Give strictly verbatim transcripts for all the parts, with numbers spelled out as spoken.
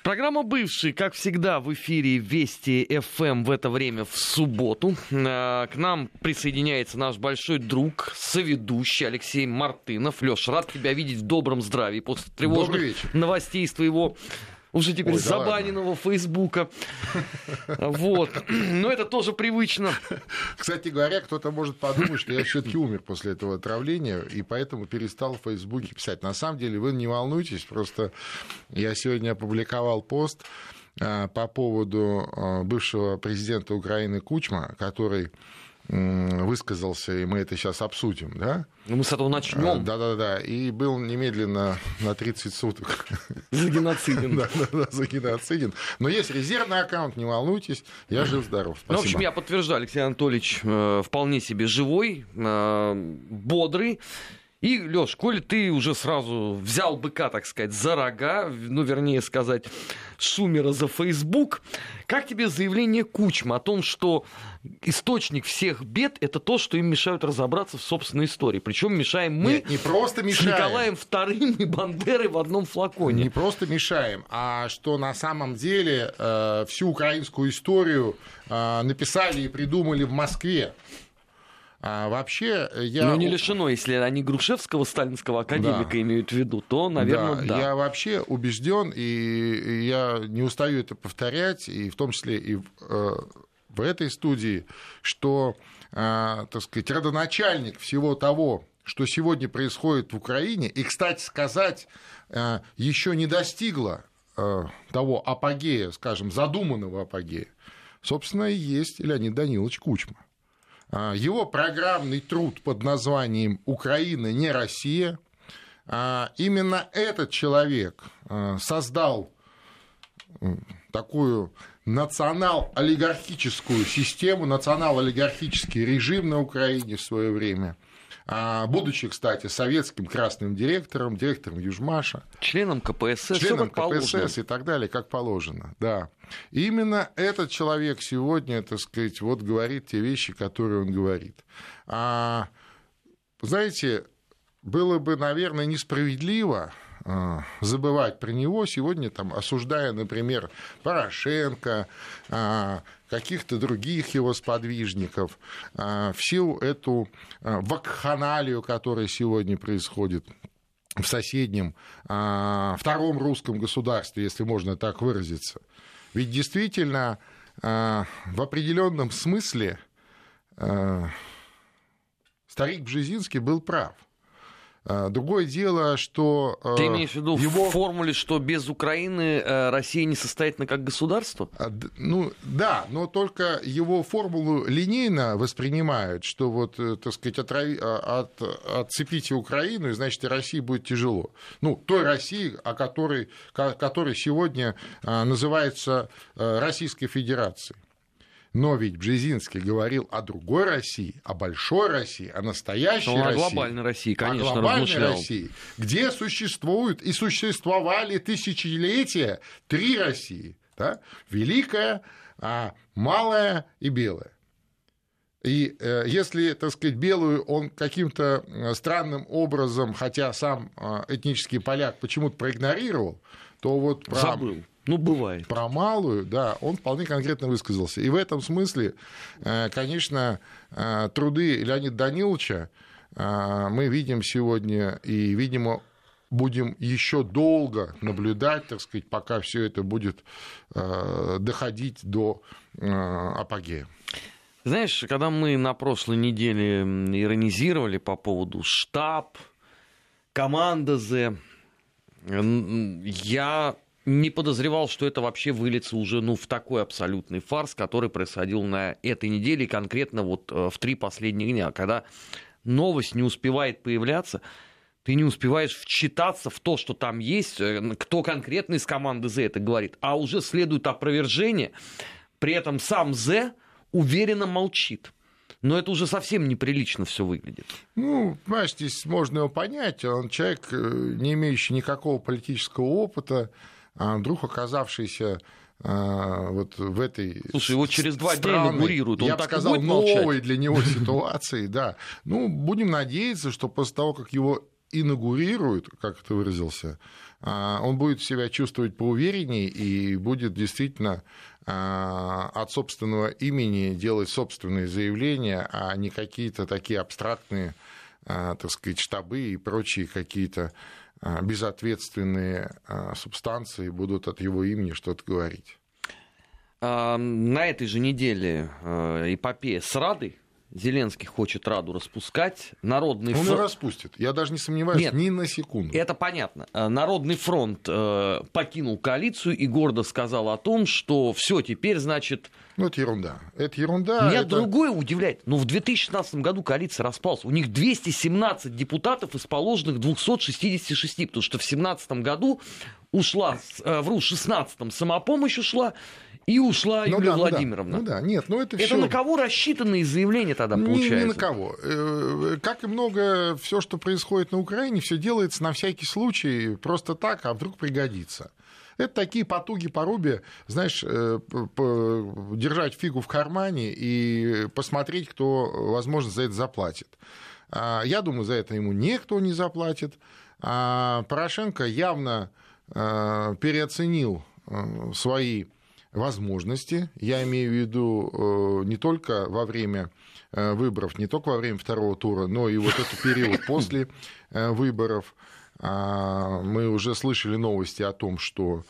Программа «Бывший», как всегда, в эфире Вести эф эм в это время в субботу. К нам присоединяется наш большой друг, соведущий Алексей Мартынов. Лёш, рад тебя видеть в добром здравии после тревожных новостей из твоего уже теперь Ой, забаненного да Фейсбука. Вот. Но это тоже привычно. Кстати говоря, кто-то может подумать, что я все-таки умер после этого отравления, и поэтому перестал в Фейсбуке писать. На самом деле, вы не волнуйтесь, просто я сегодня опубликовал пост по поводу бывшего президента Украины Кучма, который высказался, и мы это сейчас обсудим, да? Ну, мы с этого начнем. Да-да-да, и был немедленно на тридцать суток загеноциден. Да-да-да, загеноциден. Но есть резервный аккаунт, не волнуйтесь, я жив-здоров. Ну, в общем, я подтверждаю, Алексей Анатольевич э, вполне себе живой, э, бодрый. И, Лёш, коли ты уже сразу взял быка, так сказать, за рога, ну, вернее сказать, Шумера за Фейсбук, как тебе заявление Кучма о том, что источник всех бед — это то, что им мешают разобраться в собственной истории? Причем мешаем мы Нет, не просто мешаем. С Николаем вторым и Бандерой в одном флаконе. Не просто мешаем, а что на самом деле э, всю украинскую историю э, написали и придумали в Москве. А вообще, я... Ну, не лишено, если они Грушевского, сталинского академика да. имеют в виду, то, наверное, да. да. Я вообще убежден, и я не устаю это повторять, и в том числе и в, в этой студии, что, так сказать, родоначальник всего того, что сегодня происходит в Украине, и, кстати сказать, еще не достигло того апогея, скажем, задуманного апогея, собственно, и есть Леонид Данилович Кучма. Его программный труд под названием «Украина не Россия», именно этот человек создал такую национал-олигархическую систему, национал-олигархический режим на Украине в свое время, будучи, кстати, советским красным директором, директором Южмаша. Членом ка пэ эс эс. Членом ка пэ эс эс и так далее, как положено, да. И именно этот человек сегодня, так сказать, вот говорит те вещи, которые он говорит. А, знаете, было бы, наверное, несправедливо забывать про него сегодня, там, осуждая, например, Порошенко, каких-то других его сподвижников, всю эту вакханалию, которая сегодня происходит в соседнем втором русском государстве, если можно так выразиться. Ведь действительно, в определенном смысле старик Бжезинский был прав. Другое дело, что... Ты имеешь в виду его... в формуле, что без Украины Россия не состоятельна как государство? Ну, да, но только его формулу линейно воспринимают, что вот, так сказать, отрави... от... отцепите Украину, и, значит, и России будет тяжело. Ну, той России, о которой, которой сегодня называется Российской Федерацией. Но ведь Бжезинский говорил о другой России, о большой России, о настоящей ну, России. О глобальной России, конечно, о глобальной размышлял. России, где существуют и существовали тысячелетия три России. Да? Великая, малая и белая. И если, так сказать, белую он каким-то странным образом, хотя сам этнический поляк почему-то проигнорировал, то вот... Про... Забыл. Ну, бывает. Про малую, да, он вполне конкретно высказался. И в этом смысле, конечно, труды Леонида Даниловича мы видим сегодня и, видимо, будем еще долго наблюдать, так сказать, пока все это будет доходить до апогея. Знаешь, когда мы на прошлой неделе иронизировали по поводу штаб, команда З, я... не подозревал, что это вообще выльется уже ну, в такой абсолютный фарс, который происходил на этой неделе, и конкретно вот в три последних дня, когда новость не успевает появляться, ты не успеваешь вчитаться в то, что там есть, кто конкретно из команды З это говорит, а уже следует опровержение, при этом сам З уверенно молчит. Но это уже совсем неприлично все выглядит. Ну, понимаешь, здесь можно его понять, он человек, не имеющий никакого политического опыта, а вдруг оказавшийся а, вот в этой... Слушай, его через два дня инаугурируют, он я так бы сказал, будет новой молчать? для него ситуации, да. Ну, будем надеяться, что после того, как его инаугурирует, как это выразился, он будет себя чувствовать поувереннее и будет действительно от собственного имени делать собственные заявления, а не какие-то такие абстрактные, так сказать, штабы и прочие какие-то безответственные субстанции будут от его имени что-то говорить. На этой же неделе эпопея с Радой. Зеленский хочет Раду распускать. Народный Он фронт... ее распустит. Я даже не сомневаюсь. Нет, ни на секунду. Это понятно. Народный фронт э, покинул коалицию и гордо сказал о том, что все теперь, значит... Ну, это ерунда. Это ерунда. Меня это... другое удивляет. Ну, в две тысячи шестнадцатом году коалиция распалась. У них двести семнадцать депутатов из положенных двухсот шестидесяти шести, потому что в семнадцатом году ушла, э, вру, в шестнадцатом самопомощь ушла, и ушла ну, Юлия да, Владимировна. Ну да, ну да, нет, ну это, это всё... на кого рассчитанные заявления тогда получается? Ни, ни на кого. Как и много, все, что происходит на Украине, все делается на всякий случай, просто так, а вдруг пригодится. Это такие потуги поруби, знаешь, держать фигу в кармане и посмотреть, кто, возможно, за это заплатит. Я думаю, за это ему никто не заплатит. Порошенко явно переоценил свои возможности, я имею в виду не только во время выборов, не только во время второго тура, но и вот этот период после выборов. Мы уже слышали новости о том, что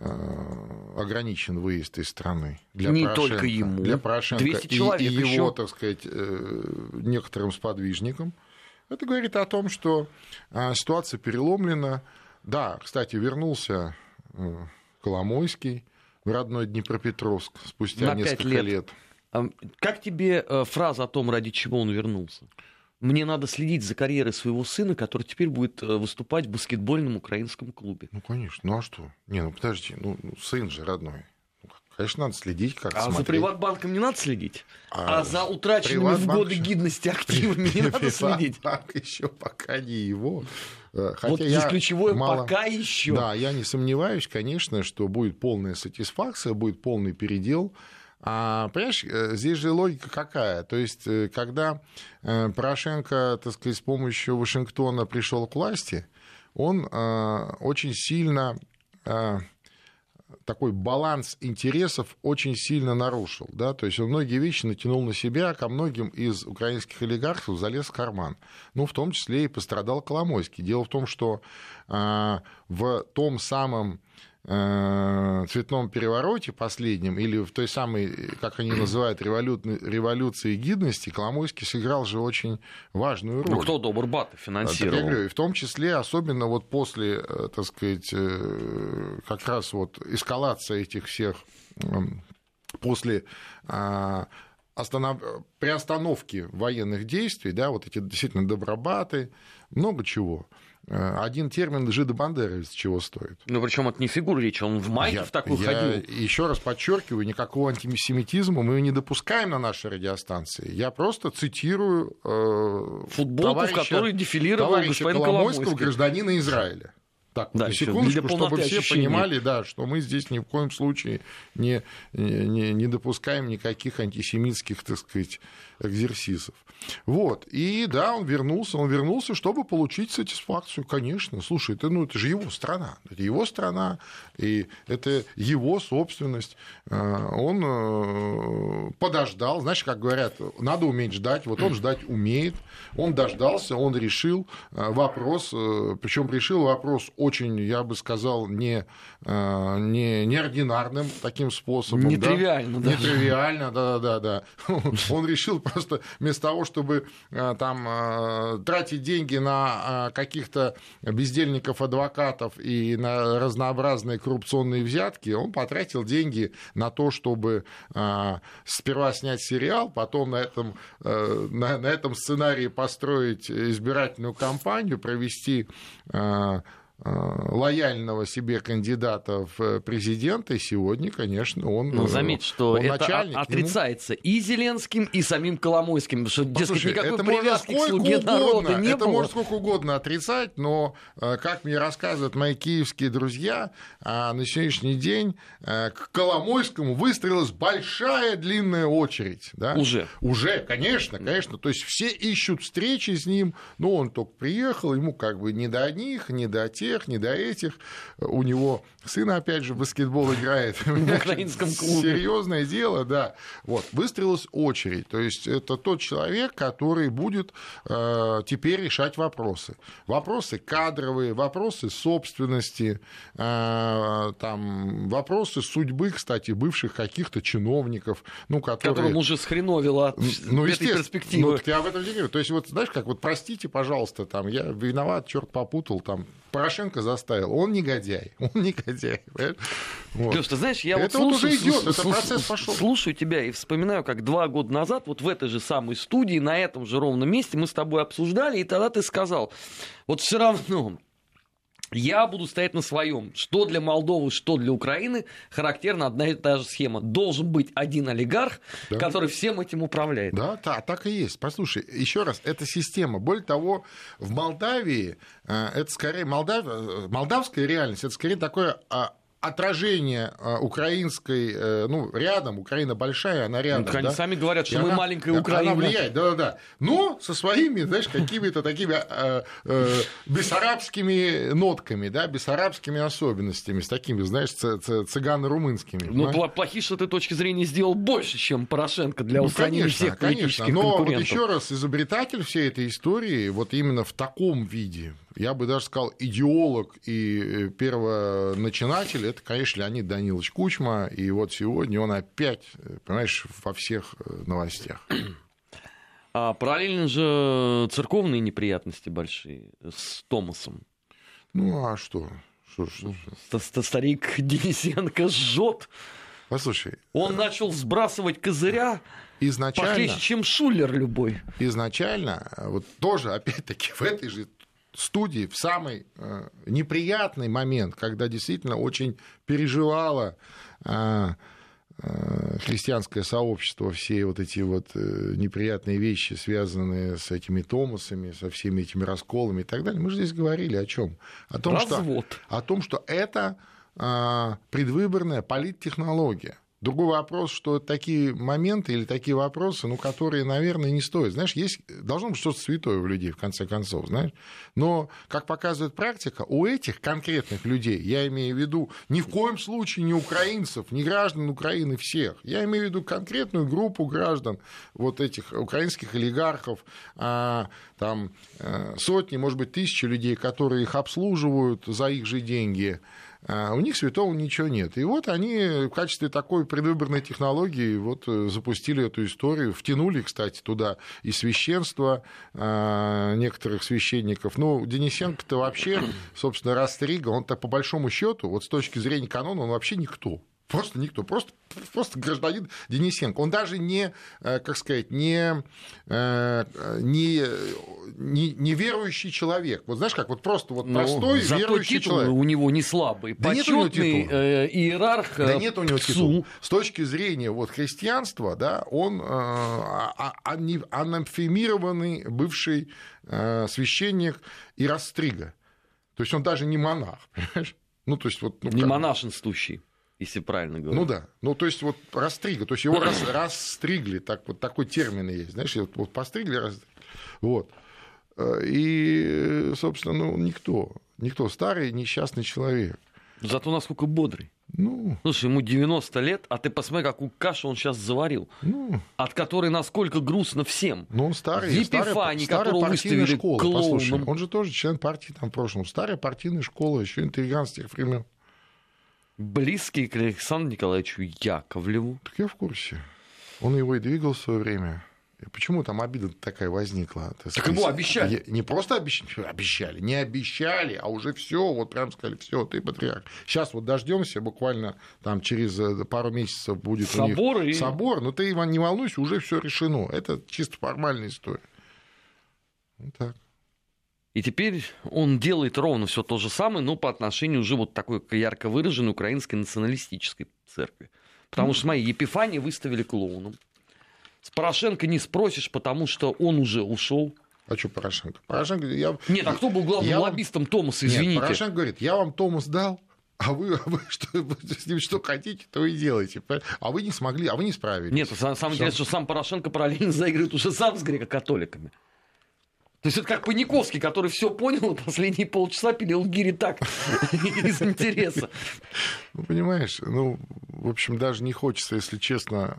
ограничен выезд из страны для не Порошенко, только ему, для Порошенко двести и, человек и его, еще. Так сказать, некоторым сподвижникам. Это говорит о том, что ситуация переломлена. Да, кстати, вернулся Коломойский в родной Днепропетровск спустя несколько лет. лет. Как тебе фраза о том, ради чего он вернулся? Мне надо следить за карьерой своего сына, который теперь будет выступать в баскетбольном украинском клубе. Ну, конечно. Ну, а что? Не, ну, подожди. Ну, сын же родной. Конечно, надо следить, как а смотреть. А за Приватбанком не надо следить? А, а за утраченными в годы гидности активами не надо следить? Приватбанк еще пока не его. Хотя вот здесь ключевое мало... пока еще. Да, я не сомневаюсь, конечно, что будет полная сатисфакция, будет полный передел. А, понимаешь, здесь же логика какая? То есть, когда Порошенко, так сказать, с помощью Вашингтона пришел к власти, он очень сильно... такой баланс интересов очень сильно нарушил. Да? То есть он многие вещи натянул на себя, ко многим из украинских олигархов залез в карман. Ну, в том числе и пострадал Коломойский. Дело в том, что э, в том самом э, цветном перевороте последнем, или в той самой, как они называют, револю... революции гидности, Коломойский сыграл же очень важную роль. Ну, кто Добрбата финансировал? Я говорю, и в том числе, особенно вот после, так сказать, как раз вот эскалации этих всех, после останов... приостановки военных действий, да, вот эти действительно Добробаты, много чего. Один термин жидобандеровец чего стоит. Ну, причем это не фигура речи, он в майке я, в такой я ходил. Еще раз подчеркиваю, никакого антисемитизма мы не допускаем на нашей радиостанции. Я просто цитирую э, футболку, в которой дефилировал господин Коломойский, гражданина Израиля. Так, да, на секундочку, чтобы все ощущений. понимали, да, что мы здесь ни в коем случае не, не, не допускаем никаких антисемитских, так сказать, экзерсисов. Вот. И да, он вернулся, он вернулся, чтобы получить сатисфакцию, конечно. Слушай, это, ну, это же его страна. Это его страна, и это его собственность. Он подождал, знаешь, как говорят, надо уметь ждать. Вот он ждать умеет. Он дождался, он решил вопрос, причем решил вопрос очень, я бы сказал, не, не, неординарным таким способом. Нетривиально, да? Нетривиально, да-да-да. Он решил просто вместо того, чтобы там тратить деньги на каких-то бездельников-адвокатов и на разнообразные коррупционные взятки, он потратил деньги на то, чтобы сперва снять сериал, потом на этом, на, на этом сценарии построить избирательную кампанию, провести лояльного себе кандидата в президенты, сегодня, конечно, он Но заметь, что он это начальник, отрицается ему... и Зеленским, и самим Коломойским, потому что, дескать, Послушай, никакой это привязки к слуге угодно, народа не это было. можно сколько угодно отрицать, но, как мне рассказывают мои киевские друзья, на сегодняшний день к Коломойскому выстроилась большая длинная очередь. Да? Уже? Уже, конечно, конечно. То есть все ищут встречи с ним, но он только приехал, ему как бы не до одних, не до тех, не до этих. У него сын, опять же, в баскетбол играет. В украинском клубе. Серьезное дело, да. Вот, выстроилась очередь. То есть это тот человек, который будет э, теперь решать вопросы. Вопросы кадровые, вопросы собственности, э, там, вопросы судьбы, кстати, бывших каких-то чиновников, ну, которые... Которым уже схреновило от ну, этой перспективы. Ну, я в этом не говорю. То есть, вот знаешь, как вот простите, пожалуйста, там, я виноват, черт попутал, там, Порошенко заставил, он негодяй, он негодяй. Вот. Лёш, ты знаешь, я это вот вот слушаю, уже идет, слушаю, это процесс пошел. Слушаю тебя и вспоминаю, как два года назад, вот в этой же самой студии, на этом же ровном месте мы с тобой обсуждали, и тогда ты сказал, вот все равно я буду стоять на своем. Что для Молдовы, что для Украины, характерна одна и та же схема. Должен быть один олигарх, да, который всем этим управляет. Да, да, так и есть. Послушай, еще раз, это система. Более того, в Молдавии это скорее Молдав... молдавская реальность, это скорее такое отражение украинской, ну, рядом, Украина большая, она рядом. Ну, они да? сами говорят, что и мы она, маленькая Украина. Она влияет, да-да-да. Но со своими, знаешь, какими-то такими э, э, бессарабскими нотками, да, бессарабскими особенностями, с такими, знаешь, цыгано-румынскими. Ну, да? плохие, что ты точки зрения сделал больше, чем Порошенко для ну, устранения конечно, всех политических конечно. Но конкурентов. Вот еще раз, изобретатель всей этой истории, вот именно в таком виде, я бы даже сказал, идеолог и первоначинатель, это, конечно, Леонид Данилович Кучма, и вот сегодня он опять, понимаешь, во всех новостях. А параллельно же церковные неприятности большие с Томасом. Ну, а что? Что, что, что? Старик Денисенко жжет. Послушай. Он начал сбрасывать козыря изначально, похлеще, чем Шулер любой. Изначально, вот тоже, опять-таки, в этой же студии в самый э, неприятный момент, когда действительно очень переживало э, э, христианское сообщество все вот эти вот э, неприятные вещи, связанные с этими Томасами, со всеми этими расколами и так далее. Мы же здесь говорили о чем? О том, Развод. Что, о том, что это э, предвыборная политтехнология. Другой вопрос, что такие моменты или такие вопросы, ну, которые, наверное, не стоят. Знаешь, есть, должно быть что-то святое у людей, в конце концов, знаешь. Но, как показывает практика, у этих конкретных людей, я имею в виду ни в коем случае не украинцев, не граждан Украины всех, я имею в виду конкретную группу граждан, вот этих украинских олигархов, а, там сотни, может быть, тысячи людей, которые их обслуживают за их же деньги, у них святого ничего нет. И вот они в качестве такой предвыборной технологии вот запустили эту историю, втянули, кстати, туда и священство некоторых священников. Ну, Денисенко-то вообще, собственно, Растрига, он-то по большому счету, вот с точки зрения канона, он вообще никто. Просто никто, просто, просто гражданин Денисенко. Он даже не, как сказать, не, не, не, не верующий человек. Вот знаешь, как вот просто вот простой ну, верующий человек. У него не слабый, да почетный э, иерарх. Да нет у него титула. С точки зрения вот, христианства, да, он э, анафемированный бывший э, священник и Растрига. То есть он даже не монах, понимаешь? Ну, то есть, вот, ну, не как... монашенствующий. Если правильно говорю. Ну да. Ну, то есть, вот растрига, то есть его рас, расстригли, так, вот такой термин есть. Знаешь, вот, вот постригли, расстригли. Вот. И, собственно, ну, никто. Никто. Старый, несчастный человек. Зато насколько бодрый. Ну... Слушай, ему девяносто лет, а ты посмотри, какую кашу он сейчас заварил. Ну... От которой насколько грустно всем. Ну, он старый. В Епифании, которого выставили школа. клоуном. Послушай, он же тоже член партии там в прошлом. Старая партийная школа, еще интригант с тех времен. Близкий к Александру Николаевичу Яковлеву. Так я в курсе. Он его и двигал в свое время. И почему там обида такая возникла? Так сказать, ему обещали. Не просто обещали, обещали, не обещали, а уже все, вот прям сказали, все, ты патриарх. Сейчас вот дождемся, буквально там через пару месяцев будет собор у них и... собор. Но ты, Иван, не волнуйся, уже все решено. Это чисто формальная история. Вот так. И теперь он делает ровно все то же самое, но по отношению уже вот такой ярко выраженной украинской националистической церкви. Потому что, смотри, Епифания выставили клоуном. С Порошенко не спросишь, потому что он уже ушел. А что Порошенко? Порошенко я... Нет, а кто был главным я лоббистом вам... Томаса, извините? Нет, Порошенко говорит, я вам Томас дал, а вы, а вы что, с ним что хотите, то и делаете. А вы не смогли, а вы не справились. Нет, самое интересное, что сам Порошенко параллельно заигрывает уже сам с греко-католиками. То есть это как Паниковский, который все понял, и последние полчаса пилил гири так, из интереса. Ну, понимаешь, ну, в общем, даже не хочется, если честно,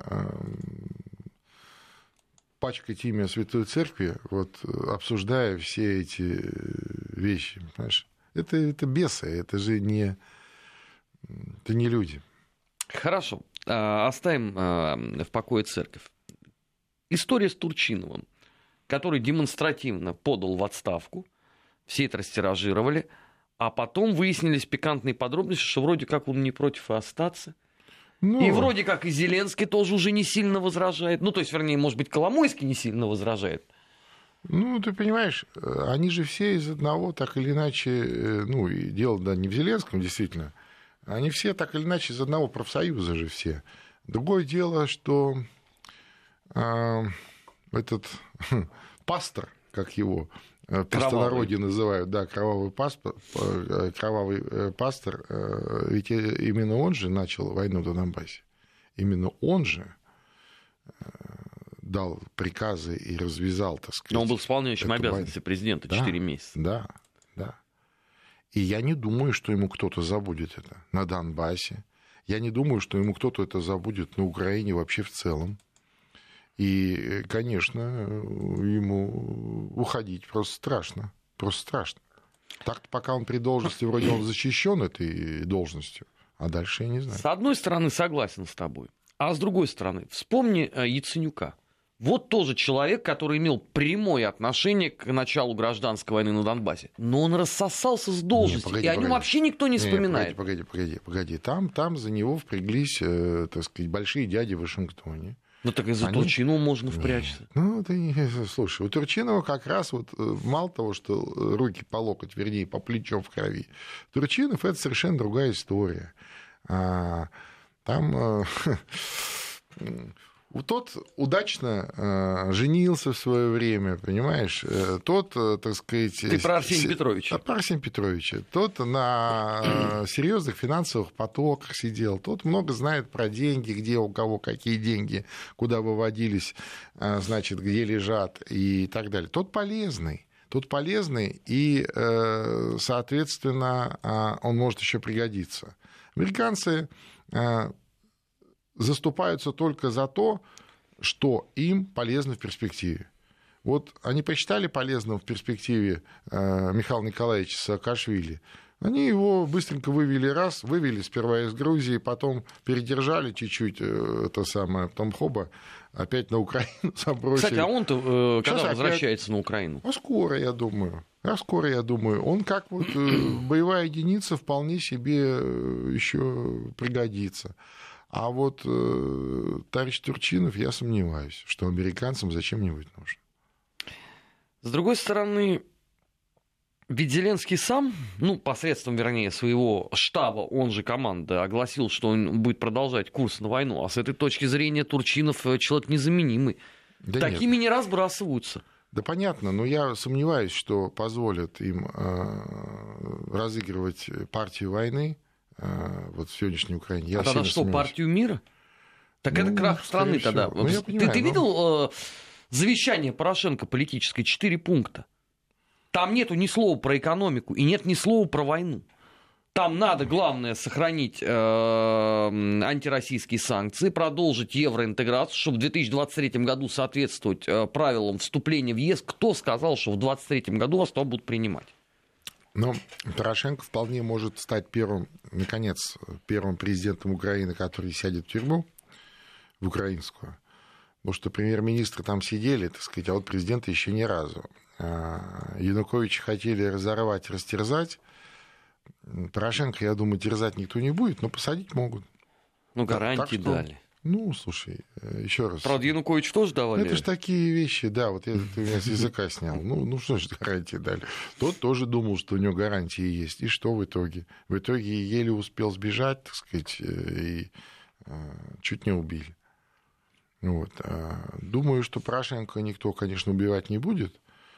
пачкать имя Святой Церкви, вот, обсуждая все эти вещи, понимаешь? Это, это бесы, это же не, это не люди. Хорошо, оставим в покое церковь. История с Турчиновым, который демонстративно подал в отставку, все это растиражировали, а потом выяснились пикантные подробности, что вроде как он не против остаться. Но... И вроде как и Зеленский тоже уже не сильно возражает. Ну, то есть, вернее, может быть, Коломойский не сильно возражает. Ну, ты понимаешь, они же все из одного, так или иначе, ну, и дело, да, не в Зеленском, действительно, они все так или иначе из одного профсоюза же все. Другое дело, что э, этот пастор, как его в простонародье называют, да, кровавый, паспор, кровавый пастор, ведь именно он же начал войну на Донбассе. Именно он же дал приказы и развязал, так сказать. Но он был исполняющим обязанности войну. Президента четыре да, месяца. Да, да. И я не думаю, что ему кто-то забудет это на Донбассе. Я не думаю, что ему кто-то это забудет на Украине вообще в целом. И, конечно, ему уходить просто страшно. Просто страшно. Так-то пока он при должности, вроде он защищен этой должностью, а дальше я не знаю. С одной стороны, согласен с тобой. А с другой стороны, вспомни Яценюка. Вот тоже человек, который имел прямое отношение к началу гражданской войны на Донбассе. Но он рассосался с должности, не, погоди, и о нем погоди. вообще никто не, не вспоминает. Погоди, погоди, погоди. погоди. Там, там за него впряглись, э, так сказать, большие дяди в Вашингтоне. Ну так из-за Они... Турчинова можно впрячься. Ну, ты, слушай, у Турчинова как раз вот мало того, что руки по локоть, вернее, по плечам в крови. Турчинов — это совершенно другая история. А, там... Тот удачно э, женился в свое время, понимаешь? Тот, э, так сказать... Ты про Арсения Петровича. Про Арсения Петровича. Тот на э, серьезных финансовых потоках сидел. Тот много знает про деньги, где у кого какие деньги, куда выводились, э, значит, где лежат и так далее. Тот полезный. Тот полезный, и, э, соответственно, э, он может еще пригодиться. Американцы... Э, заступаются только за то, что им полезно в перспективе. Вот они посчитали полезным в перспективе Михаила Николаевича Саакашвили. Они его быстренько вывели раз, вывели сперва из Грузии, потом передержали чуть-чуть, это самое, потом хоба, опять на Украину забросили. Кстати, а он-то э, когда Сейчас возвращается опять... на Украину? А скоро, я думаю. А скоро, я думаю. Он как вот боевая единица вполне себе еще пригодится. А вот э, товарищ Турчинов, я сомневаюсь, что американцам зачем-нибудь нужно. С другой стороны, ведь Зеленский сам, ну, посредством, вернее, своего штаба, он же команда, огласил, что он будет продолжать курс на войну. А с этой точки зрения Турчинов человек незаменимый. Да Такими нет. не разбрасываются. Да понятно, но я сомневаюсь, что позволят им э, разыгрывать партию войны. Вот в сегодняшней Украине. Я а тогда что, сомневаюсь. партию мира? Так ну, это крах страны тогда. Ну, ты, понимаю, ты но... видел э, завещание Порошенко политическое? Четыре пункта. Там нету ни слова про экономику и нет ни слова про войну. Там надо, главное, сохранить э, антироссийские санкции, продолжить евроинтеграцию, чтобы в две тысячи двадцать третьем году соответствовать э, правилам вступления в ЕС. Кто сказал, что в две тысячи двадцать третьем году вас туда будут принимать? Но Порошенко вполне может стать первым, наконец, первым президентом Украины, который сядет в тюрьму, в украинскую. Потому что премьер-министры там сидели, так сказать, а вот президента еще ни разу. Януковича хотели разорвать, растерзать. Порошенко, я думаю, терзать никто не будет, но посадить могут. Ну, гарантии так что, дали. Ну, слушай, еще раз. Правда, Янукович тоже давали? Это же такие вещи, да, вот я, ты меня с языка снял. Ну, ну что ж гарантии дали? Тот тоже думал, что у него гарантии есть. И что в итоге? В итоге еле успел сбежать, так сказать, и чуть не убили. Вот. Думаю, что Порошенко никто, конечно, убивать не будет.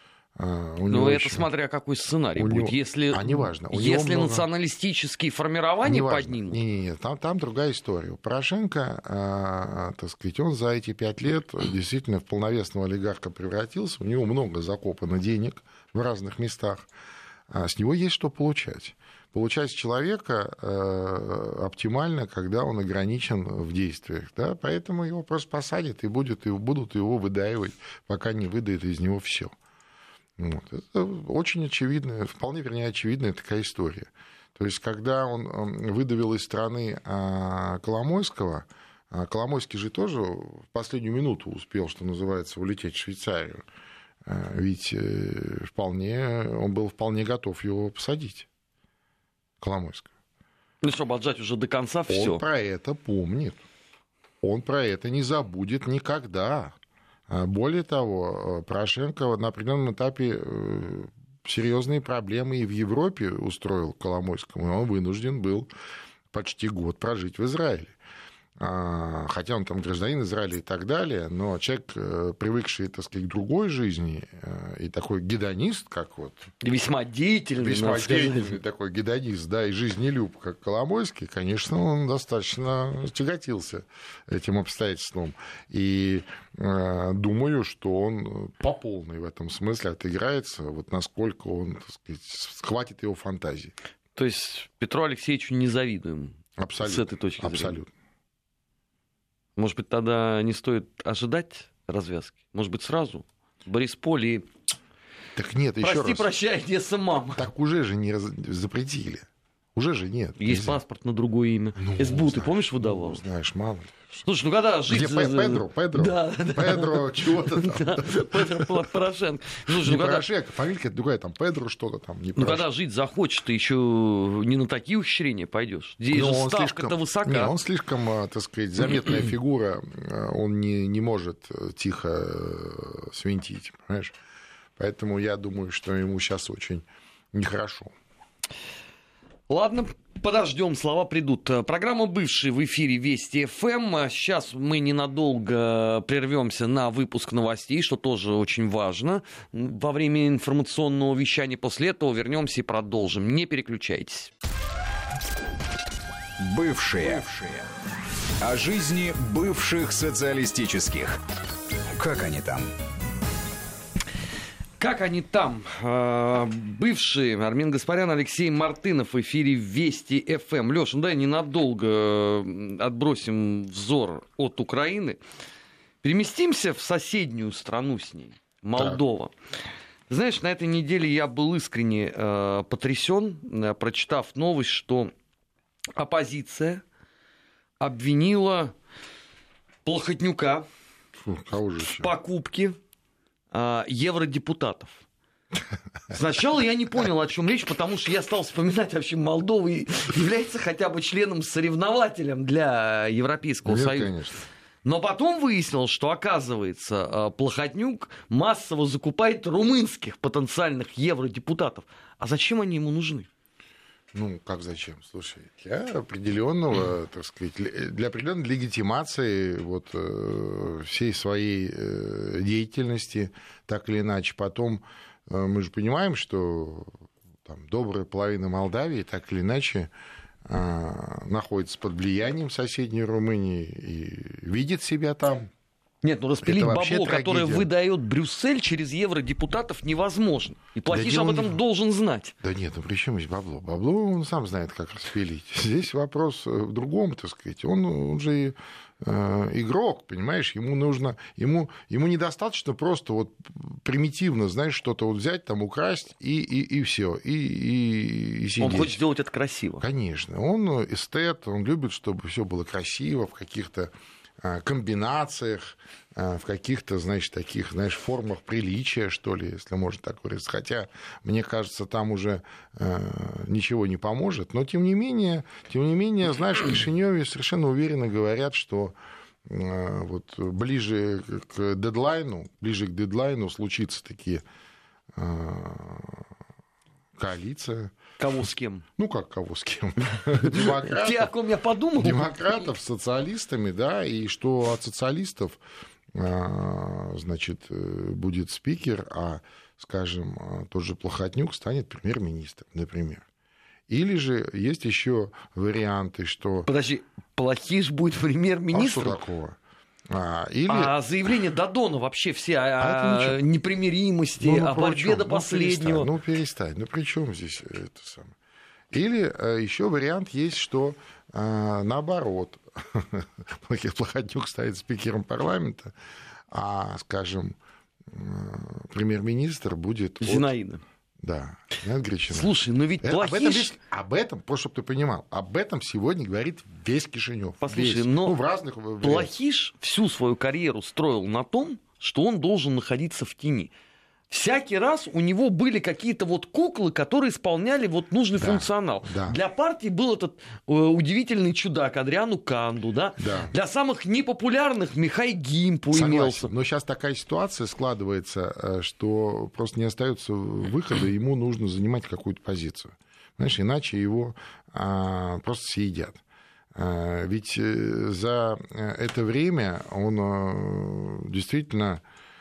Но это еще... смотря какой сценарий будет. Него... Если, а неважно. Если много... националистические формирования неважно. Поднимут. Не-не-не, там, там другая история. Порошенко, а, так сказать, он за эти пять лет действительно в полновесного олигарха превратился. У него много закопано денег в разных местах. А с него есть что получать. Получать с человека э, оптимально, когда он ограничен в действиях. Да? Поэтому его просто посадят и, будет, и будут его выдаивать, пока не выдают из него все. Вот. Это очень очевидная, вполне, вернее, очевидная такая история. То есть, когда он выдавил из страны Коломойского, Коломойский же тоже в последнюю минуту успел, что называется, улететь в Швейцарию. Ведь вполне, он был вполне готов его посадить, Коломойского. Ну, чтобы отжать уже до конца все. Он про это помнит. Он про это не забудет никогда. Более того, Порошенко на определенном этапе серьезные проблемы и в Европе устроил Коломойскому, и он вынужден был почти год прожить в Израиле. Хотя он там гражданин Израиля и так далее, но человек, привыкший, так сказать, к другой жизни, и такой гедонист, как вот... Весьма деятельный. Весьма деятельный такой гедонист, да, и жизнелюб, как Коломойский, конечно, он достаточно тяготился этим обстоятельством. И э, думаю, что он по полной в этом смысле отыграется, вот насколько он, так сказать, схватит его фантазии. То есть Петру Алексеевичу не завидуем. Абсолютно. С этой точки зрения. Абсолютно. Может быть, тогда не стоит ожидать развязки? Может быть, сразу? Борисполь и... Так нет, еще Прости, раз. прощай, Одесса, мама. Так уже же не раз... запретили. Уже же нет. Есть нельзя. Паспорт на другое имя. Ну, СБУ, знаешь, ты помнишь, выдавал? Ну, знаешь, мало ли. Слушай, ну когда жить... Где Педро? Педро? Да, Педро, чего-то там. Педро Порошенко. Не Порошенко, фамилия другая, там Педро что-то там. Ну когда жить захочешь, ты еще не на такие ухищрения пойдешь. Здесь же ставка-то высока. Он слишком, так сказать, заметная фигура, он не, не может тихо свинтить, понимаешь? Поэтому я думаю, что ему сейчас очень нехорошо. Ладно, подождем, слова придут. Программа «Бывший» в эфире Вести ФМ. Сейчас мы ненадолго прервемся на выпуск новостей, что тоже очень важно. Во время информационного вещания после этого вернемся и продолжим. Не переключайтесь. Бывшие. Бывшие. О жизни бывших социалистических. Как они там? Как они там? Бывшие Армен Гаспарян, Алексей Мартынов в эфире Вести ФМ. Лёш, ну дай ненадолго отбросим взор от Украины. Переместимся в соседнюю страну с ней, Молдова. Так. Знаешь, на этой неделе я был искренне э, потрясен, э, прочитав новость, что оппозиция обвинила Плохотнюка Фу, в покупке евродепутатов. Сначала я не понял, о чем речь, потому что я стал вспоминать, вообще Молдова является хотя бы членом-соревнователем для Европейского Нет, Союза. Конечно. Но потом выяснилось, что, оказывается, Плохотнюк массово закупает румынских потенциальных евродепутатов. А зачем они ему нужны? Ну, как зачем? Слушай, для определенного, так сказать, для определенной легитимации вот, всей своей деятельности, так или иначе. Потом мы же понимаем, что там, добрая половина Молдавии, так или иначе, находится под влиянием соседней Румынии и видит себя там. Нет, ну распилить бабло, которое выдает Брюссель через евродепутатов, невозможно. И Плохиш да об этом он... должен знать. Да нет, ну при чем здесь бабло? Бабло он сам знает, как распилить. Здесь вопрос в другом, так сказать. Он, он же э, игрок, понимаешь, ему нужно, ему, ему недостаточно просто вот примитивно, знаешь, что-то вот взять, там украсть и, и, и все, и, и, и сидеть. Он хочет сделать это красиво. Конечно, он эстет, он любит, чтобы все было красиво, в каких-то комбинациях, в каких-то, значит, таких, знаешь, формах приличия, что ли, если можно так говорить. Хотя, мне кажется, там уже ничего не поможет. Но, тем не менее, тем не менее, знаешь, в Кишинёве совершенно уверенно говорят, что вот ближе к дедлайну, ближе к дедлайну случится такие коалиция. Кого с кем? Ну, как кого с кем? Демократов. Те, о ком я подумал. Демократов с социалистами, да, и что от социалистов, значит, будет спикер, а, скажем, тот же Плохотнюк станет премьер-министром, например. Или же есть еще варианты, что... Подожди, Плохиш будет премьер-министром? А что такого? А, или... а заявления Додона вообще все а о непримиримости, ну, ну, о борьбе до ну, последнего. Перестань, ну, перестань. Ну, при чем здесь это самое? Или а, еще вариант есть, что а, наоборот, Плохотнюк станет спикером парламента, а, скажем, премьер-министр будет... Зинаида. От... Да, нет, Гречина. Слушай, но ведь Плохиш... Об этом, весь, об этом, просто чтобы ты понимал, об этом сегодня говорит весь Кишинев. Послушай, весь. но Ну, в разных Плохиш всю свою карьеру строил на том, что он должен находиться в тени. Всякий раз у него были какие-то вот куклы, которые исполняли вот нужный да, функционал. Да. Для партии был этот э, удивительный чудак Адриану Канду, да? Да. Для самых непопулярных Михай Гимпу Согласен. имелся. Но сейчас такая ситуация складывается, что просто не остается выхода, ему нужно занимать какую-то позицию. Знаешь, иначе его а, просто съедят. А, ведь за это время он а, действительно...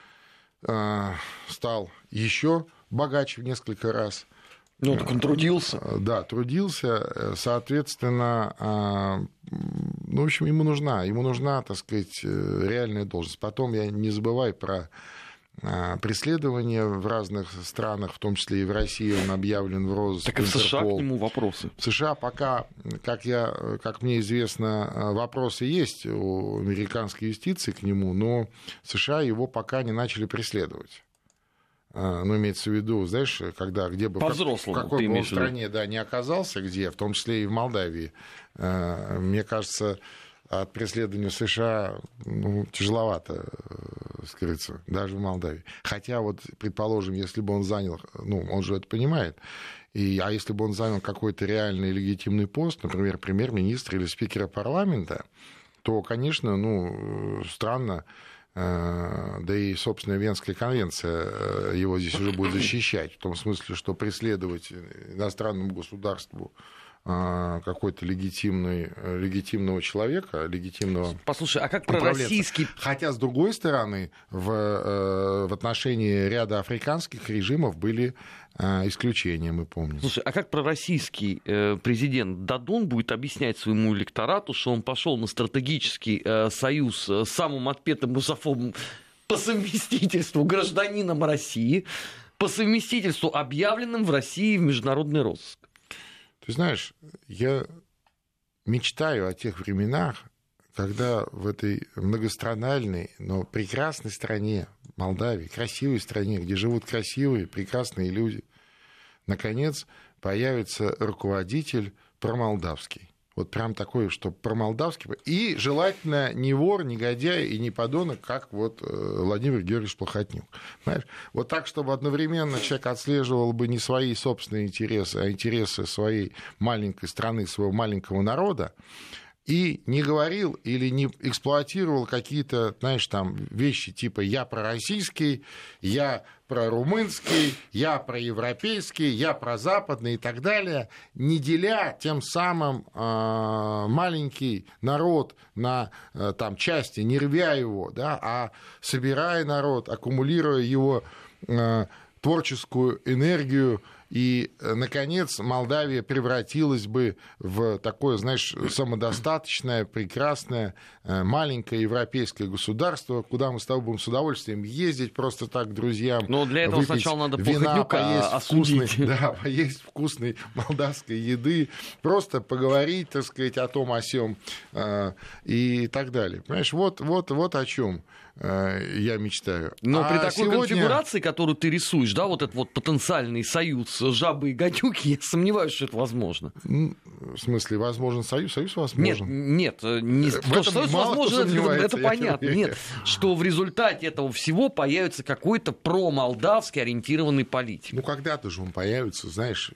стал еще богаче в несколько раз. Ну, так он трудился. Да, трудился. Соответственно, ну, в общем, ему нужна, ему нужна, так сказать, реальная должность. Потом я не забываю про преследования в разных странах, в том числе и в России, он объявлен в розыск. Так и в США к нему вопросы. В США пока, как, я, как мне известно, вопросы есть у американской юстиции к нему, но США его пока не начали преследовать. Ну, имеется в виду, знаешь, когда, где бы, по-взрослому, в какой бы он в стране да, не оказался, где, в том числе и в Молдавии, мне кажется, от преследования США ну, тяжеловато скрыться, даже в Молдавии. Хотя вот, предположим, если бы он занял, ну, он же это понимает, и, а если бы он занял какой-то реальный легитимный пост, например, премьер-министра или спикера парламента, то, конечно, ну, странно, да и, собственно, Венская конвенция его здесь уже будет защищать, в том смысле, что преследовать иностранному государству какой-то легитимный, легитимного человека, легитимного... Послушай, а как пророссийский... Хотя, с другой стороны, в, в отношении ряда африканских режимов были исключения, мы помним. Слушай, а как пророссийский президент Додон будет объяснять своему электорату, что он пошел на стратегический союз с самым отпетым русофобом по совместительству гражданином России, по совместительству объявленным в России в международный розыск? Ты знаешь, я мечтаю о тех временах, когда в этой многостранальной, но прекрасной стране, Молдавии, красивой стране, где живут красивые, прекрасные люди, наконец появится руководитель промолдавский. Вот прям такой, что промолдавский. И желательно не вор, не негодяй и не подонок, как вот Владимир Георгиевич Плохотнюк. Знаешь, вот так, чтобы одновременно человек отслеживал бы не свои собственные интересы, а интересы своей маленькой страны, своего маленького народа, и не говорил или не эксплуатировал какие-то, знаешь, там вещи типа «я пророссийский», «я прорумынский», «я проевропейский», «я прозападный» и так далее, не деля тем самым э, маленький народ на э, там, части, не рвя его, да, а собирая народ, аккумулируя его э, творческую энергию. И, наконец, Молдавия превратилась бы в такое, знаешь, самодостаточное, прекрасное, маленькое европейское государство, куда мы с тобой будем с удовольствием ездить просто так к друзьям. Но для этого сначала надо вина, поесть вкусной, да, поесть вкусной молдавской еды, просто поговорить, так сказать, о том, о сём и так далее. Понимаешь, вот, вот, вот о чем я мечтаю. Но а при такой сегодня... конфигурации, которую ты рисуешь, да, вот этот вот потенциальный союз жабы и гадюки, я сомневаюсь, что это возможно. В смысле, возможен союз? Союз возможен. Нет, нет, не... то, что союз возможен, это, это понятно. Нет, что в результате этого всего появится какой-то промолдавский ориентированный политик. Ну, когда-то же он появится, знаешь,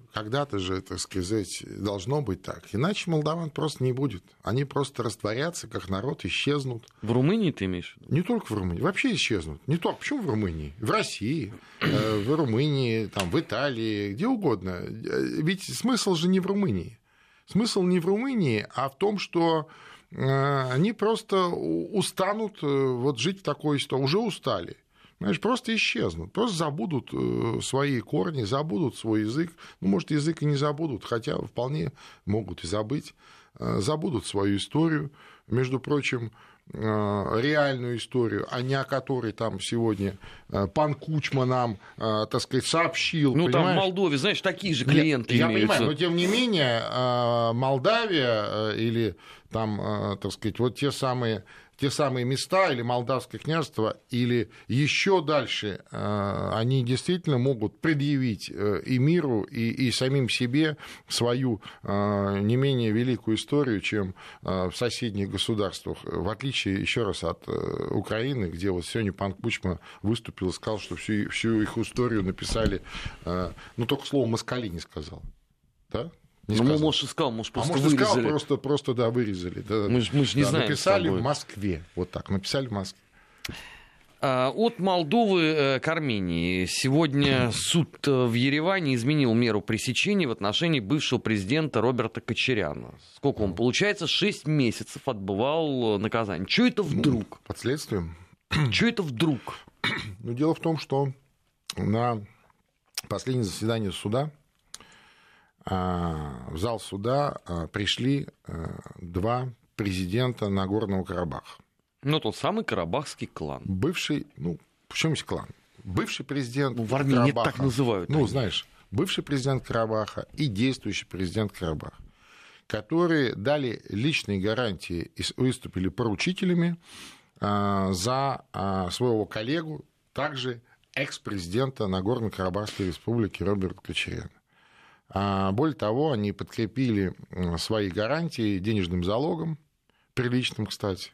когда-то же, так сказать, должно быть так. Иначе молдаван просто не будет. Они просто растворятся, как народ, исчезнут. В Румынии ты имеешь в виду? Не только в Румынии, вообще исчезнут. Не только, почему в Румынии? В России, в Румынии, там, в Италии, где угодно. Ведь смысл же не в Румынии. Смысл не в Румынии, а в том, что они просто устанут вот жить в такой ситуации. Уже устали. Знаешь, просто исчезнут, просто забудут свои корни, забудут свой язык. Ну, может, язык и не забудут, хотя вполне могут и забыть. Забудут свою историю, между прочим, реальную историю, а не о которой там сегодня пан Кучма нам, так сказать, сообщил. Ну, понимаешь? там в Молдове, знаешь, такие же клиенты я, имеются. Я понимаю, но тем не менее Молдавия или там, так сказать, вот те самые... те самые места или Молдавское княжество, или еще дальше, они действительно могут предъявить и миру, и, и самим себе свою не менее великую историю, чем в соседних государствах. В отличие, еще раз, от Украины, где вот сегодня пан Кучма выступил и сказал, что всю, всю их историю написали, ну, только слово «москали» не сказал, да? Не ну, сказал. может, и сказал, может, просто а может, вырезали. Сказал, просто, просто, да, вырезали. Да, мы же не да, знаем. Написали в Москве. Вот так, написали в Москве. От Молдовы к Армении. Сегодня суд в Ереване изменил меру пресечения в отношении бывшего президента Роберта Кочаряна. Сколько он, получается, шесть месяцев отбывал наказание. Чего это вдруг? Под следствием. Чего это вдруг? Ну, дело в том, что на последнее заседание суда в зал суда пришли два президента Нагорного Карабаха. Ну, тот самый карабахский клан. Бывший, ну, почему есть клан? Бывший президент ну, в Армении Карабаха. Так называют. Ну, они. знаешь, бывший президент Карабаха и действующий президент Карабаха, которые дали личные гарантии и выступили поручителями за своего коллегу, также экс-президента Нагорно-Карабахской республики Роберта Кочаряна. Более того, они подкрепили свои гарантии денежным залогом, приличным, кстати,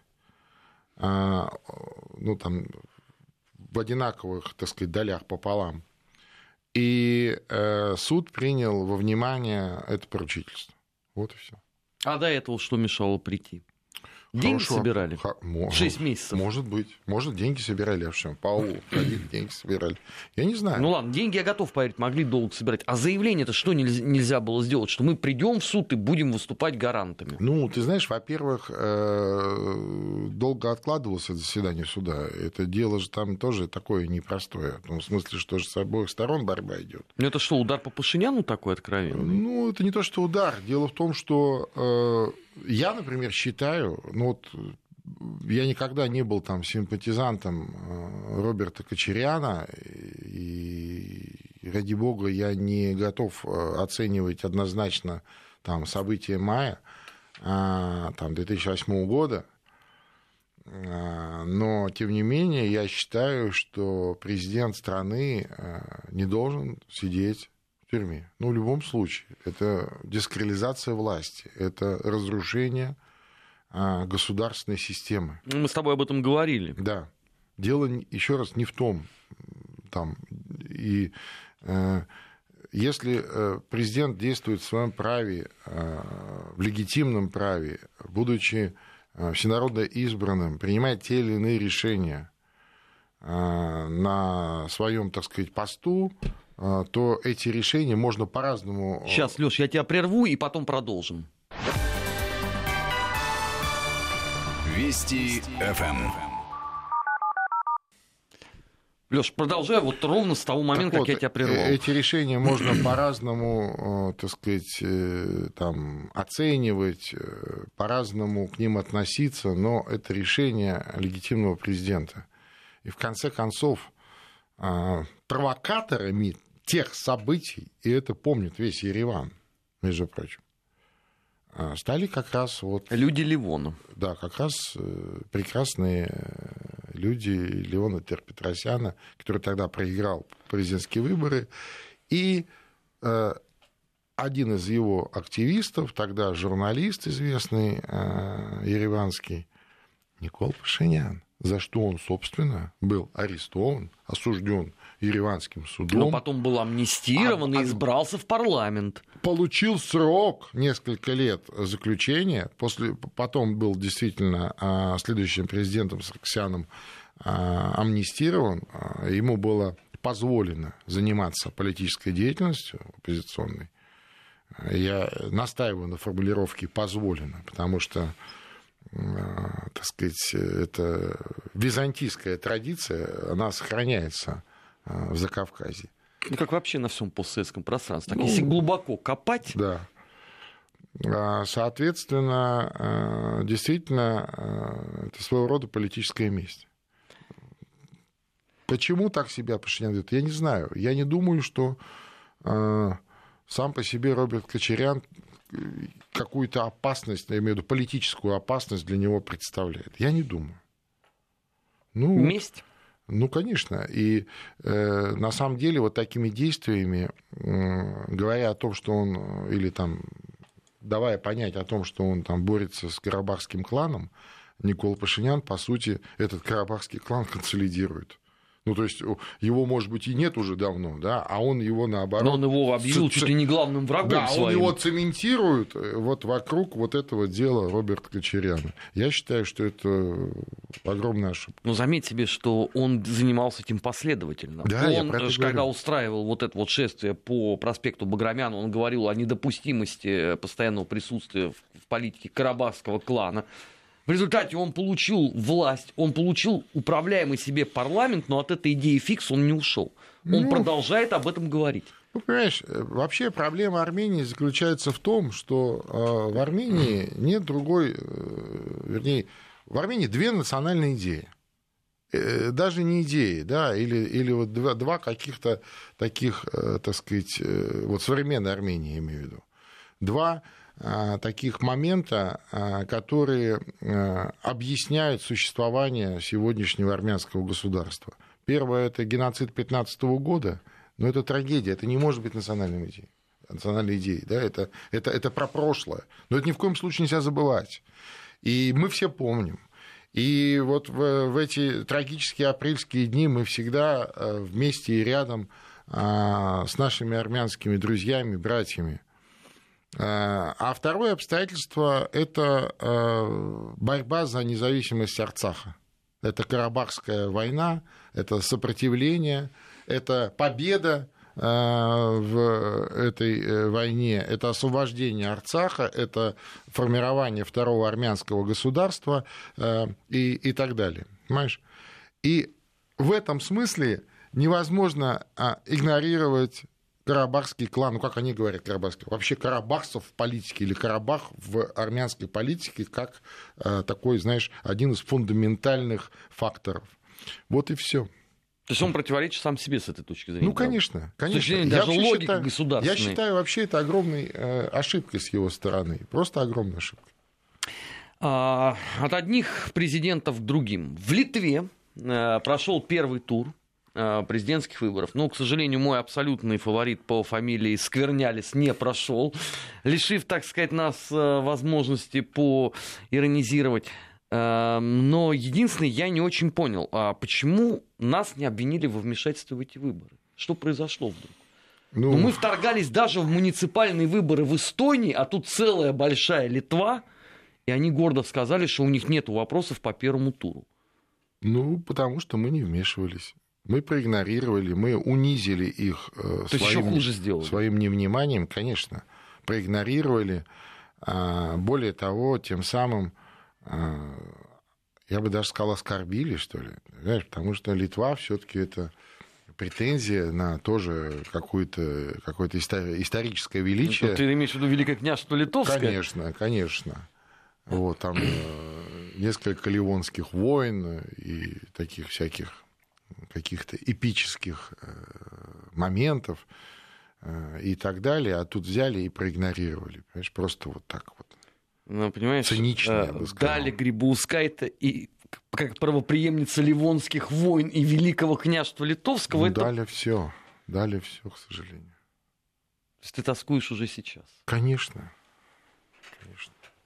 ну, там, в одинаковых, так сказать, долях пополам. И суд принял во внимание это поручительство. Вот и все. А до этого что мешало прийти? Деньги Хорошо. собирали? Х... Шесть месяцев. Может быть. Может, деньги собирали, а что? По аулу ходили, деньги собирали. Я не знаю. Ну ладно, деньги я готов поверить, могли долго собирать. А заявление-то что нельзя, нельзя было сделать? Что мы придем в суд и будем выступать гарантами? Ну, ты знаешь, во-первых, долго откладывалось это заседание суда. Это дело же там тоже такое непростое. В том смысле, что же с обоих сторон борьба идет. Ну это что, удар по Пашиняну такой откровенный? Ну, это не то, что удар. Дело в том, что... Я, например, считаю, ну вот я никогда не был там симпатизантом Роберта Кочаряна, и, ради бога, я не готов оценивать однозначно там события мая там, две тысячи восьмого года, но, тем не менее, я считаю, что президент страны не должен сидеть в тюрьме. Ну, в любом случае, это десакрализация власти, это разрушение а, государственной системы. Мы с тобой об этом говорили. Да. Дело, еще раз, не в том. Там, и, э, если э, президент действует в своем праве, э, в легитимном праве, будучи э, всенародно избранным, принимает те или иные решения э, на своем, так сказать, посту, то эти решения можно по-разному... Сейчас, Лёш, я тебя прерву, и потом продолжим. Вести эф эм. Лёш, продолжай вот ровно с того момента, так как вот, я тебя прервал. Эти решения можно по-разному, так сказать, там, оценивать, по-разному к ним относиться, но это решение легитимного президента. И в конце концов, провокаторами тех событий, и это помнит весь Ереван, между прочим, стали как раз вот... Люди Левона. Да, как раз прекрасные люди Леона Тер-Петросяна, который тогда проиграл президентские выборы, и один из его активистов, тогда журналист известный, ереванский, Никол Пашинян, за что он, собственно, был арестован, осужден Ереванским судом. Но потом был амнистирован а, и избрался в парламент. Получил срок, несколько лет заключения. После, потом был действительно следующим президентом Саркисяном амнистирован. Ему было позволено заниматься политической деятельностью оппозиционной. Я настаиваю на формулировке «позволено», потому что, так сказать, это византийская традиция, она сохраняется в Закавказье. Ну, как вообще на всем постсоветском пространстве. Так, ну, если глубоко копать... Да. Соответственно, действительно, это своего рода политическая месть. Почему так себя Пашинян ведет, я не знаю. Я не думаю, что сам по себе Роберт Кочарян какую-то опасность, я имею в виду политическую опасность для него представляет. Я не думаю. Ну, месть? Ну, конечно. И э, на самом деле вот такими действиями, э, говоря о том, что он, или там, давая понять о том, что он там борется с карабахским кланом, Никола Пашинян, по сути, этот карабахский клан консолидирует. Ну, то есть его, может быть, и нет уже давно, да, а он его, наоборот... Но он его объявил ц... чуть ли не главным врагом да, своим. Он его цементирует вот вокруг вот этого дела Роберта Кочаряна. Я считаю, что это огромная ошибка. Но заметь себе, что он занимался этим последовательно. Да, он, я про это когда говорю. устраивал вот это вот шествие по проспекту Баграмяна, он говорил о недопустимости постоянного присутствия в политике карабахского клана. В результате он получил власть, он получил управляемый себе парламент, но от этой идеи фикс он не ушел. Он ну, продолжает об этом говорить. Ну, понимаешь, вообще проблема Армении заключается в том, что э, в Армении нет другой, э, вернее, в Армении две национальные идеи. Э, даже не идеи, да, или, или вот два, два каких-то таких, э, так сказать, э, вот современной Армении, я имею в виду. Два таких момента, которые объясняют существование сегодняшнего армянского государства. Первое – это геноцид пятнадцатого года, но это трагедия, это не может быть национальной идеей. Национальной идеей, да? это, это, это про прошлое, но это ни в коем случае нельзя забывать. И мы все помним. И вот в, в эти трагические апрельские дни мы всегда вместе и рядом с нашими армянскими друзьями, братьями. А второе обстоятельство – это борьба за независимость Арцаха. Это Карабахская война, это сопротивление, это победа в этой войне, это освобождение Арцаха, это формирование второго армянского государства и, и так далее. Понимаешь? И в этом смысле невозможно игнорировать карабахский клан, ну как они говорят, карабахский, вообще карабахцев в политике или Карабах в армянской политике как э, такой, знаешь, один из фундаментальных факторов. Вот и все. То есть он противоречит сам себе с этой точки зрения? Ну, конечно, конечно. С точки зрения даже логики считаю, государственной. Я считаю, вообще это огромной э, ошибкой с его стороны. Просто огромной ошибкой. А, от одних президентов к другим. В Литве э, прошел первый тур президентских выборов. Но, к сожалению, мой абсолютный фаворит по фамилии Сквернялис не прошел, лишив, так сказать, нас возможности поиронизировать. Но единственное, я не очень понял, почему нас не обвинили во вмешательстве в эти выборы? Что произошло вдруг? Ну... Ну, мы вторгались даже в муниципальные выборы в Эстонии, а тут целая большая Литва, и они гордо сказали, что у них нет вопросов по первому туру. Ну, потому что мы не вмешивались. Мы проигнорировали, мы унизили их э, своим, своим невниманием, конечно, проигнорировали. А, более того, тем самым, а, я бы даже сказал, оскорбили, что ли. Знаешь, потому что Литва все-таки это претензия на тоже какое-то, какое-то историческое величие. Ну, ты имеешь в виду Великое княжество Литовское? Конечно, конечно. Вот, там э, несколько ливонских войн и таких всяких каких-то эпических моментов и так далее, а тут взяли и проигнорировали. Понимаешь, просто вот так вот. Ну, понимаешь, цинично, я бы сказал. Дали Грибоускайте и как правопреемница Ливонских войн и Великого княжества Литовского. Ну, это... Дали все, дали все, к сожалению. То есть ты тоскуешь уже сейчас? Конечно, конечно.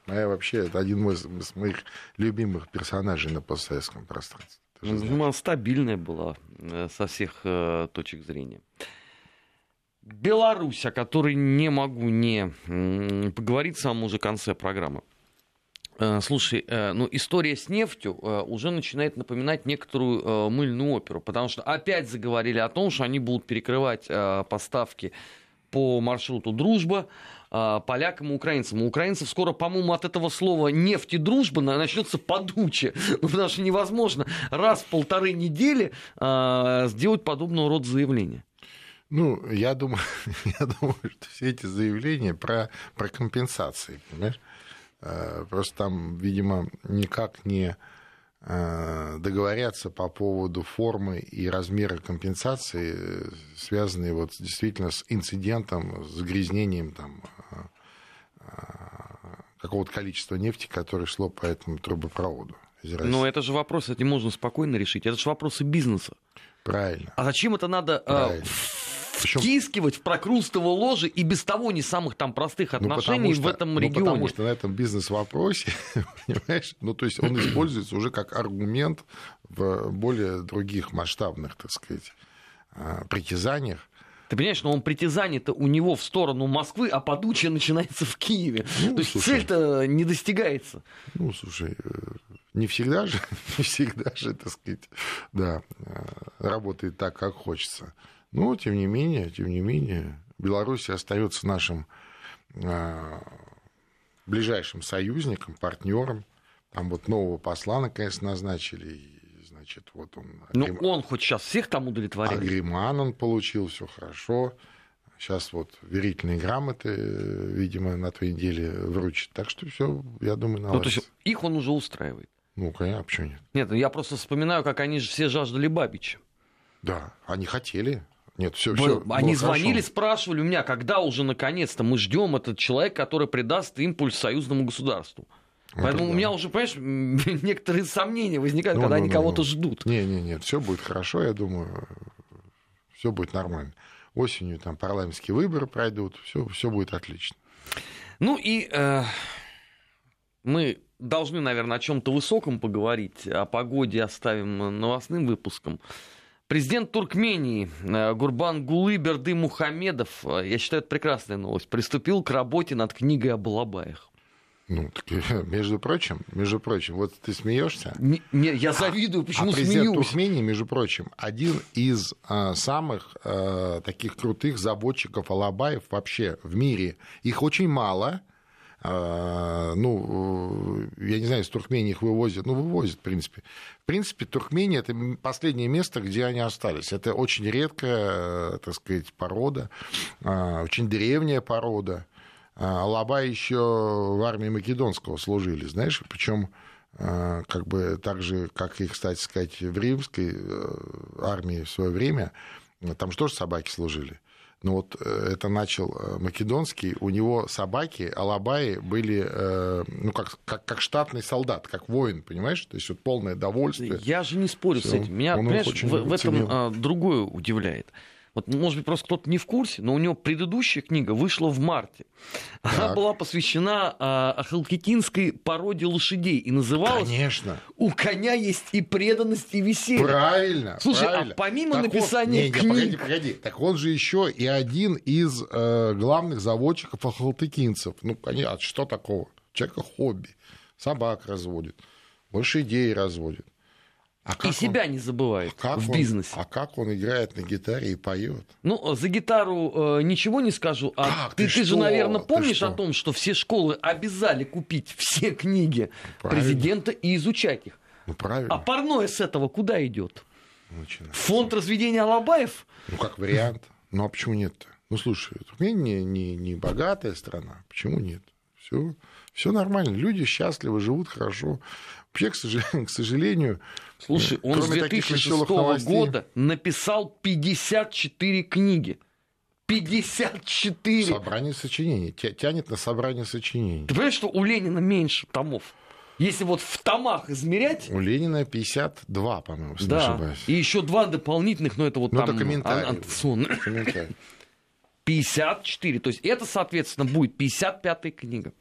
Моя вообще, это один из моих любимых персонажей на постсоветском пространстве. Ну, она стабильная была со всех э, точек зрения. Беларусь, о которой не могу не м, поговорить в самом уже конце программы. Э, слушай, э, ну, история с нефтью э, уже начинает напоминать некоторую э, мыльную оперу, потому что опять заговорили о том, что они будут перекрывать э, поставки по маршруту «Дружба» полякам и украинцам. У украинцев скоро, по-моему, от этого слова «нефть» и «дружба» начнется подуче. Ну, потому что невозможно раз в полторы недели а, сделать подобного рода заявления. Ну, я думаю, я думаю, что все эти заявления про, про компенсации, понимаешь? Просто там, видимо, никак не договорятся по поводу формы и размера компенсации, связанные вот действительно с инцидентом, с загрязнением там, какого-то количества нефти, которое шло по этому трубопроводу. Но это же вопрос, это можно спокойно решить. Это же вопросы бизнеса. Правильно. А зачем это надо Правильно. втискивать в прокрустово ложе и без того не самых там простых отношений ну, что, в этом регионе? Ну, потому что на этом бизнес-вопросе, понимаешь, ну, то есть он используется уже как аргумент в более других масштабных, так сказать, притязаниях. Ты понимаешь, но он притязание-то у него в сторону Москвы, а подучие начинается в Киеве. Ну, то есть слушай, цель-то не достигается. Ну, слушай, не всегда же, не всегда же, так сказать, да, работает так, как хочется. Но, тем не менее, тем не менее, Беларусь остается нашим ближайшим союзником, партнером. Там вот нового посла, наконец, назначили. Значит, вот он, ну, Агрим... он хоть сейчас всех там удовлетворяет. Агриман он получил, все хорошо. Сейчас вот верительные грамоты, видимо, на той неделе вручат. Так что все, я думаю, наладится. Ну, то есть их он уже устраивает? Ну, конечно, а почему нет? Нет, я просто вспоминаю, как они же все жаждали Бабича. Да, они хотели. Нет, все, все. Они звонили, хорошо. Спрашивали у меня, когда уже наконец-то мы ждем этот человек, который придаст импульс союзному государству. Вот поэтому да. У меня уже, понимаешь, некоторые сомнения возникают, ну, когда ну, они ну, кого-то ну. ждут. Не, не, нет, все будет хорошо, я думаю, все будет нормально. Осенью там парламентские выборы пройдут, все, все будет отлично. Ну и э, мы должны, наверное, о чем-то высоком поговорить, о погоде оставим новостным выпуском. Президент Туркмении Гурбангулы Бердымухамедов, я считаю, это прекрасная новость, приступил к работе над книгой о балабаях. Ну, так, между прочим, между прочим, вот ты смеешься. Не, не, я завидую, почему а смеюсь. Президент Туркмении, между прочим, один из а, самых а, таких крутых заводчиков алабаев вообще в мире. Их очень мало. А, ну, я не знаю, из Туркмении их вывозят. Ну, вывозят, в принципе. В принципе, Туркмения — это последнее место, где они остались. Это очень редкая, так сказать, порода, а, очень древняя порода. Алабаи еще в армии Македонского служили, знаешь, причем как бы так же, как и, кстати сказать, в римской армии в свое время, там же тоже собаки служили. Но вот это начал Македонский, у него собаки, алабаи были, ну, как, как, как штатный солдат, как воин, понимаешь? То есть вот полное довольствие. Я же не спорю Всё. с этим. Меня, понимаешь, в, в этом а, другое удивляет. Вот, может быть, просто кто-то не в курсе, но у него предыдущая книга вышла в марте. Так. Она была посвящена а, халкидинской породе лошадей и называлась Конечно. «У коня есть и преданность, и веселье». Правильно. Слушай, правильно. а помимо так написания он... не, книг... Не, погоди, погоди. Так он же еще и один из э, главных заводчиков ахалтыкинцев. Ну, конечно, а что такого? Человека хобби. Собак разводит, лошадей разводит. А и себя он, не забывает а в он, бизнесе. А как он играет на гитаре и поет? Ну, за гитару э, ничего не скажу. А как, ты, ты, ты что? же, наверное, помнишь что? о том, что все школы обязали купить все книги правильно. президента и изучать их. Ну, правильно. А парное с этого куда идет? Начинается. Фонд разведения алабаев? Ну, как вариант. Ну, а почему нет-то? Ну, слушай, Туркмения не, не богатая страна. Почему нет? Все, все нормально. Люди счастливы, живут хорошо. Вообще, к сожалению, к сожалению слушай, он с две тысячи шестого года написал пятьдесят четыре книги. пятьдесят четыре! Собрание сочинений. Тянет на собрание сочинений. Ты понимаешь, что у Ленина меньше томов? Если вот в томах измерять... У Ленина пятьдесят два, по-моему, если да. не ошибаюсь. И еще два дополнительных, но это вот ну, там... это комментарий. пятьдесят четыре. То есть это, соответственно, будет пятьдесят пятая книга.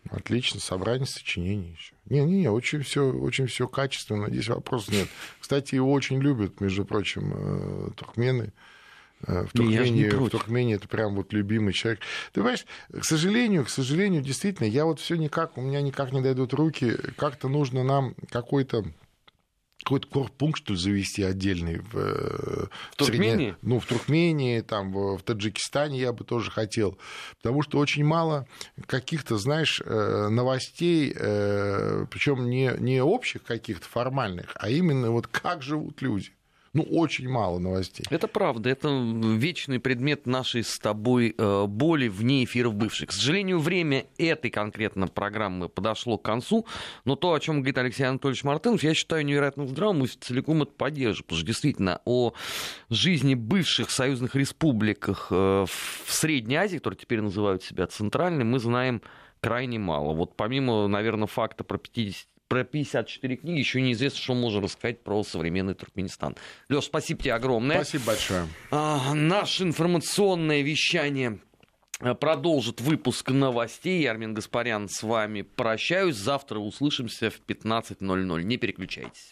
Отлично, собрание сочинений еще. Не-не-не, очень все очень все качественно, здесь вопросов нет. Кстати, его очень любят, между прочим, туркмены. В Туркмении, в Туркмении это прям вот любимый человек. Ты понимаешь, к сожалению, к сожалению, действительно, я вот все никак, у меня никак не дойдут руки, как-то нужно нам какой-то какой-то корпункт, что ли, завести отдельный в, в Туркмении? Средне... Ну, в Туркмении, там, в Таджикистане я бы тоже хотел. Потому что очень мало каких-то, знаешь, новостей, причем не, не общих каких-то формальных, а именно вот как живут люди. Ну, очень мало новостей. Это правда. Это вечный предмет нашей с тобой боли вне эфиров бывших. К сожалению, время этой конкретно программы подошло к концу. Но то, о чем говорит Алексей Анатольевич Мартынов, я считаю невероятно здравым и целиком это поддерживаю. Потому что действительно о жизни бывших союзных республиках в Средней Азии, которые теперь называют себя центральной, мы знаем крайне мало. Вот помимо, наверное, факта про пятьдесят Про пятьдесят четыре книги еще неизвестно, что можно рассказать про современный Туркменистан. Лёш, спасибо тебе огромное. Спасибо большое. А, наше информационное вещание продолжит выпуск новостей. Я, Армен Гаспарян, с вами прощаюсь. Завтра услышимся в пятнадцать ноль ноль. Не переключайтесь.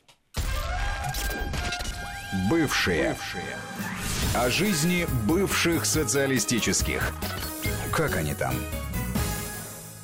Бывшие. Бывшие. О жизни бывших социалистических. Как они там?